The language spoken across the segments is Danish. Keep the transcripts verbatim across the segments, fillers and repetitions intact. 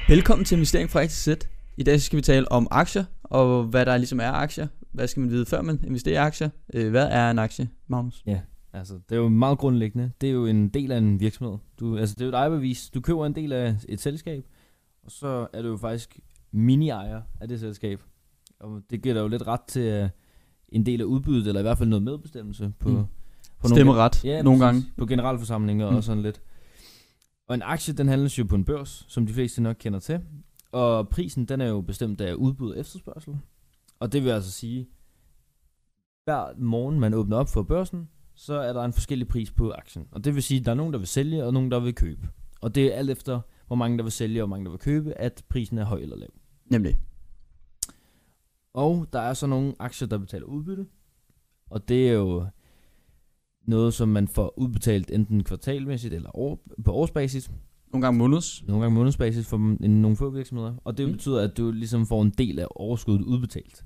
Velkommen til Investering fra A til Z. I dag skal vi tale om aktier, og hvad der ligesom er aktier. Hvad skal man vide, før man investerer i aktier? Hvad er en aktie, Magnus? Ja, altså det er jo meget grundlæggende. Det er jo en del af en virksomhed. Du, altså det er jo et ejerbevis. Du køber en del af et selskab, og så er du jo faktisk mini-ejer af det selskab. Og det giver dig jo lidt ret til uh, en del af udbyttet, eller i hvert fald noget medbestemmelse på, mm. på Stemmeret nogle, ja, nogle præcis, gange. På generalforsamlinger mm. og sådan lidt. Og en aktie, den handles jo på en børs, som de fleste nok kender til. Og prisen, den er jo bestemt af udbud og efterspørgsel. Og det vil altså sige, hver morgen man åbner op for børsen, så er der en forskellig pris på aktien. Og det vil sige, at der er nogen, der vil sælge, og nogen, der vil købe. Og det er alt efter, hvor mange der vil sælge, og hvor mange der vil købe, at prisen er høj eller lav. Nemlig. Og der er så nogle aktier, der betaler udbytte. Og det er jo noget, som man får udbetalt enten kvartalmæssigt eller år, på årsbasis. Nogle gange måneds. Nogle gange månedsbasis for en, nogle få virksomheder. Og det mm. betyder, at du ligesom får en del af overskuddet udbetalt.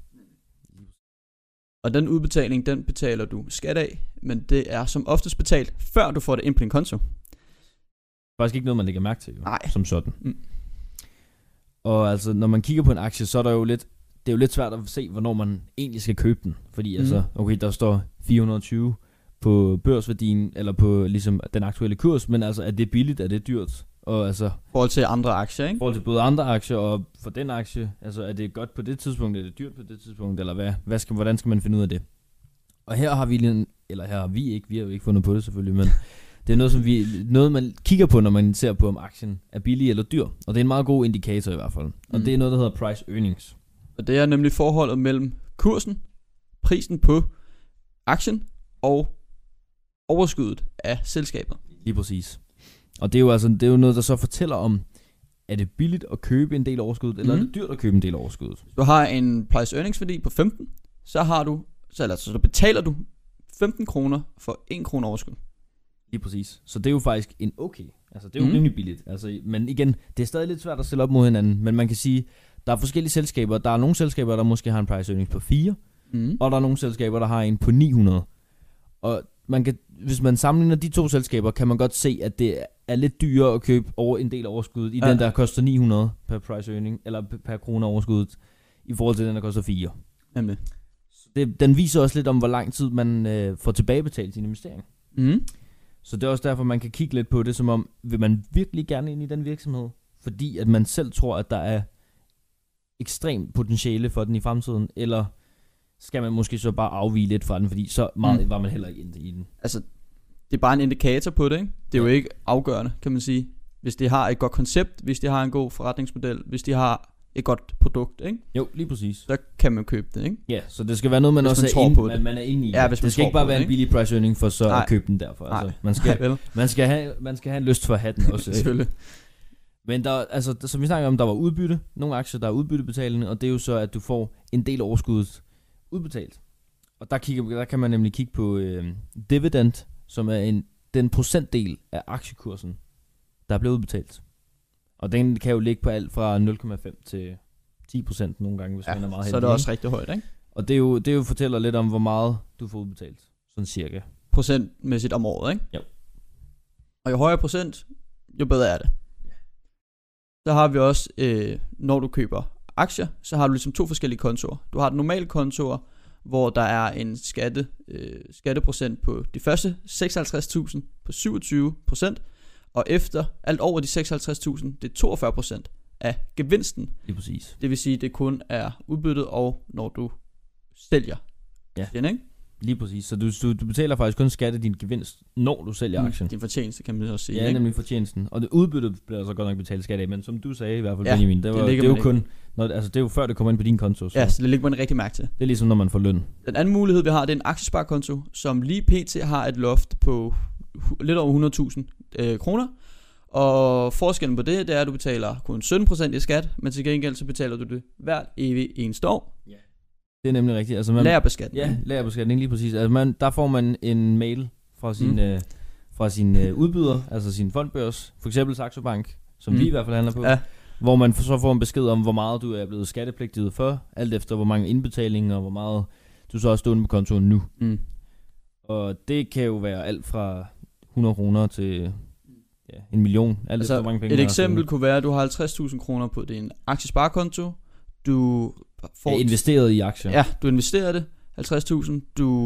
Og den udbetaling, den betaler du skat af, men det er som oftest betalt, før du får det ind på din konto. Faktisk ikke noget, man lægger mærke til, jo, Nej. som sådan. Mm. Og altså, når man kigger på en aktie, så er der jo lidt, det er jo lidt svært at se, hvornår man egentlig skal købe den. Fordi mm. altså, okay, der står fire hundrede og tyve på børsværdien, eller på ligesom den aktuelle kurs, men altså, er det billigt, er det dyrt? Og altså, i forhold til andre aktier, ikke? I forhold til både andre aktier og for den aktie, altså er det godt på det tidspunkt, er det dyrt på det tidspunkt, eller hvad? hvad skal, hvordan skal man finde ud af det? Og her har vi, eller her har vi ikke, vi har jo ikke fundet på det selvfølgelig, men det er noget, som vi, noget man kigger på, når man ser på, om aktien er billig eller dyr. Og det er en meget god indikator i hvert fald. Og mm. det er noget, der hedder price earnings. Og det er nemlig forholdet mellem kursen, prisen på aktien og overskuddet af selskabet. Lige præcis. Og det er jo altså det er jo noget, der så fortæller om, er det billigt at købe en del overskud, eller mm. er det dyrt at købe en del overskud? Du har en price earnings værdi på femten, så har du så, altså, så betaler du femten kroner for en krone overskud. Lige præcis. Så det er jo faktisk en okay. Altså det er jo mm. rimelig billigt. Altså, men igen, det er stadig lidt svært at stille op mod hinanden, men man kan sige, der er forskellige selskaber. Der er nogle selskaber, der måske har en price earnings på fire, mm. og der er nogle selskaber, der har en på ni hundrede. Og man kan, hvis man sammenligner de to selskaber, kan man godt se, at det er lidt dyrere at købe over en del overskud i ja. Den, der koster ni hundrede per price earning, eller per krone overskuddet, i forhold til den, der koster fire. Nemlig. Det, den viser også lidt om, hvor lang tid man øh, får tilbagebetalt sin investering. Mm. Så det er også derfor, man kan kigge lidt på det, som om, vil man virkelig gerne ind i den virksomhed? Fordi at man selv tror, at der er ekstremt potentiale for den i fremtiden, eller skal man måske så bare afvige lidt fra den, fordi så meget mm. var man heller ikke inde i den. Altså, det er bare en indikator på det, ikke? Det er ja. jo ikke afgørende, kan man sige. Hvis de har et godt koncept, hvis de har en god forretningsmodel, hvis de har et godt produkt, ikke? Jo, lige præcis. Så kan man købe det, ikke? Ja, så det skal være noget, man hvis også man er, tror inde, på man, det. man er inde i. Ja, hvis det man skal ikke bare være det, en billig price earning for så Nej. at købe den derfor. Nej. Altså, man, skal, Nej, man, skal have, man skal have en lyst for at have den også. Selvfølgelig. Men der, altså, som vi snakker om, der var udbytte. Nogle aktier, der er udbyttebetalende, og det er jo så, at du får en del overskuddet udbetalt. Og der, kigger, der kan man nemlig kigge på øh, dividend, som er en, den procentdel af aktiekursen, der er blevet udbetalt. Og den kan jo ligge på alt fra nul komma fem til ti procent nogle gange, hvis ja, man er meget heldig. Så er det også rigtig højt, ikke? Og det er jo, det er jo fortæller lidt om, hvor meget du får udbetalt. Sådan cirka. Procentmæssigt om året, ikke? Jo. Og jo højere procent, jo bedre er det. Ja. Så har vi også, øh, når du køber aktier, så har du ligesom to forskellige kontoer. Du har den normale kontoer, hvor der er en skatte, øh, skatteprocent på de første seksoghalvtreds tusind på syvogtyve procent, og efter alt over de seksoghalvtreds tusind, det er toogfyrre procent af gevinsten. Lige præcis. Det vil sige, det kun er udbyttet, og når du sælger. Ja, den, ikke? Lige præcis. Så du, du, du betaler faktisk kun skat af din gevinst, når du sælger mm, aktien. Din fortjeneste, kan man også sige. Ja, ikke? nemlig fortjenesten. Og det udbytte bliver så godt nok betalt skat af, men som du sagde i hvert fald, ja, Benjamin, det, var, det, det er jo kun, når, altså det er jo før det kommer ind på din konto. Så. Ja, så det ligger man rigtig mærke til. Det er ligesom, når man får løn. Den anden mulighed, vi har, det er en aktiesparekonto, som lige pt. Har et loft på lidt over hundrede tusind øh, kroner. Og forskellen på det, det er, at du betaler kun sytten procent i skat, men til gengæld så betaler du det hvert evigt eneste år. Ja. Det er nemlig rigtigt. Altså man, lagerbeskatning. Ja, lagerbeskatning, lige præcis. Altså man, der får man en mail fra sin, mm. øh, fra sin øh, udbyder, altså sin fondbørs, for eksempel Saxo Bank, som mm. vi i hvert fald handler på, ja. hvor man så får en besked om, hvor meget du er blevet skattepligtet for, alt efter hvor mange indbetalinger, og hvor meget du så har stående på kontoen nu. Mm. Og det kan jo være alt fra hundrede kroner til ja, en million. Alt Altså, efter, hvor mange penge et man har eksempel stående. kunne være, at du har halvtreds tusind kroner på din aktiesparekonto. Du får... Ja, investeret i aktier. Ja, du investerer det. halvtreds tusind. Du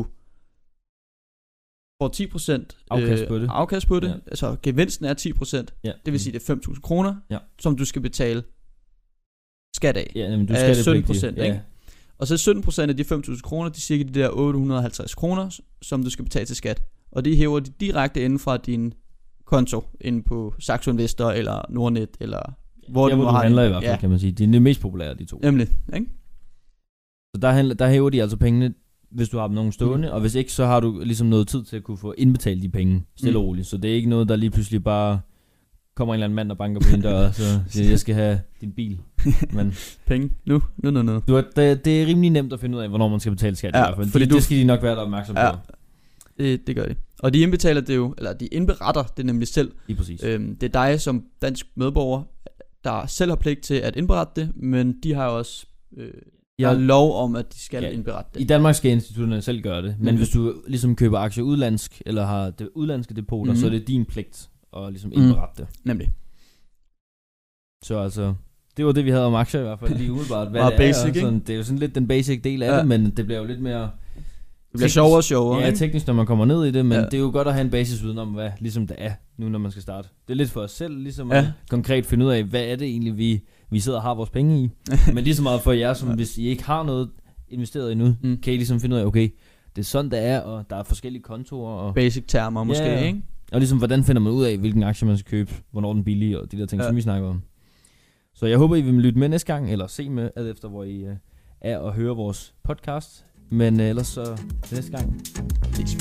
får ti procent Afkast på det. afkast på det. Ja. Altså, gevinsten er ti procent. Ja. Det vil sige, det er fem tusind kroner, Ja. som du skal betale skat af. Ja, men du Af skal det sytten pligtigt. procent, Ja. ikke? Og så sytten procent af de fem tusind kroner, det er cirka de der otte hundrede og halvtreds kroner, som du skal betale til skat. Og det hæver de direkte inden fra din konto, inde på Saxo Investor eller Nordnet, eller hvor Ja, du hvor nu du har handler det. i hvert fald, Ja, kan man sige. De er det mest populære af de to. nemlig, ikke? Så der, handler, der hæver de altså pengene, hvis du har dem nogen stående, mm. og hvis ikke, så har du ligesom noget tid til at kunne få indbetalt de penge, stille og Mm. roligt. Så det er ikke noget, der lige pludselig bare kommer en eller anden mand, der banker på din dør, og så siger, jeg skal have din bil. Men Penge. Nu, nu, nu, nu. du, har- det, det er rimelig nemt at finde ud af, hvornår man skal betale skat Ja, i hvert fald. fordi De, du- det skal de nok være der opmærksom Ja. på. Det, det gør de. Og de indbetaler det jo, eller de indberetter det nemlig selv. Lige præcis. Øhm, det er dig som dansk medborger, der selv har pligt til at indberette det, men de har jo også øh, der Ja. er lov om, at de skal Ja. indberette det. I Danmark skal institutterne selv gøre det, men Mhm. hvis du ligesom køber aktier udlandsk, eller har det udlandske depoter, Mhm. så er det din pligt at ligesom Mhm. indberette det. Nemlig. Så altså, det var det, vi havde om aktier i hvert fald lige umiddelbart. Hvad Meget det er, basic, og ikke? sådan, det er jo sådan lidt den basic del af Ja. det, men det bliver jo lidt mere Det bliver teknisk- sjovere og sjovere. Ja, ikke? teknisk, når man kommer ned i det, men Ja. det er jo godt at have en basisviden om, hvad ligesom det er, nu når man skal starte. Det er lidt for os selv, ligesom Ja. at konkret finde ud af, hvad er det egentlig, vi, vi sidder og har vores penge i. Men lige så meget for jer, som Ja. hvis I ikke har noget investeret endnu, Mm. kan I ligesom finde ud af, okay, det er sådan, det er, og der er forskellige kontorer, og, Basic termer måske, Ja, ja. ikke? og ligesom, hvordan finder man ud af, hvilken aktie man skal købe, hvornår den er billig, og de der ting, Ja. som vi snakker om. Så jeg håber, I vil lytte med næste gang, eller se med, alt efter hvor I uh, er og høre vores podcast. Men uh, ellers så til næste gang. Peace.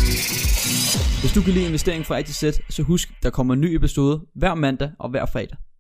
Hvis du kan lide investering fra A til Z, så husk, der kommer en ny episode hver mandag og hver fredag.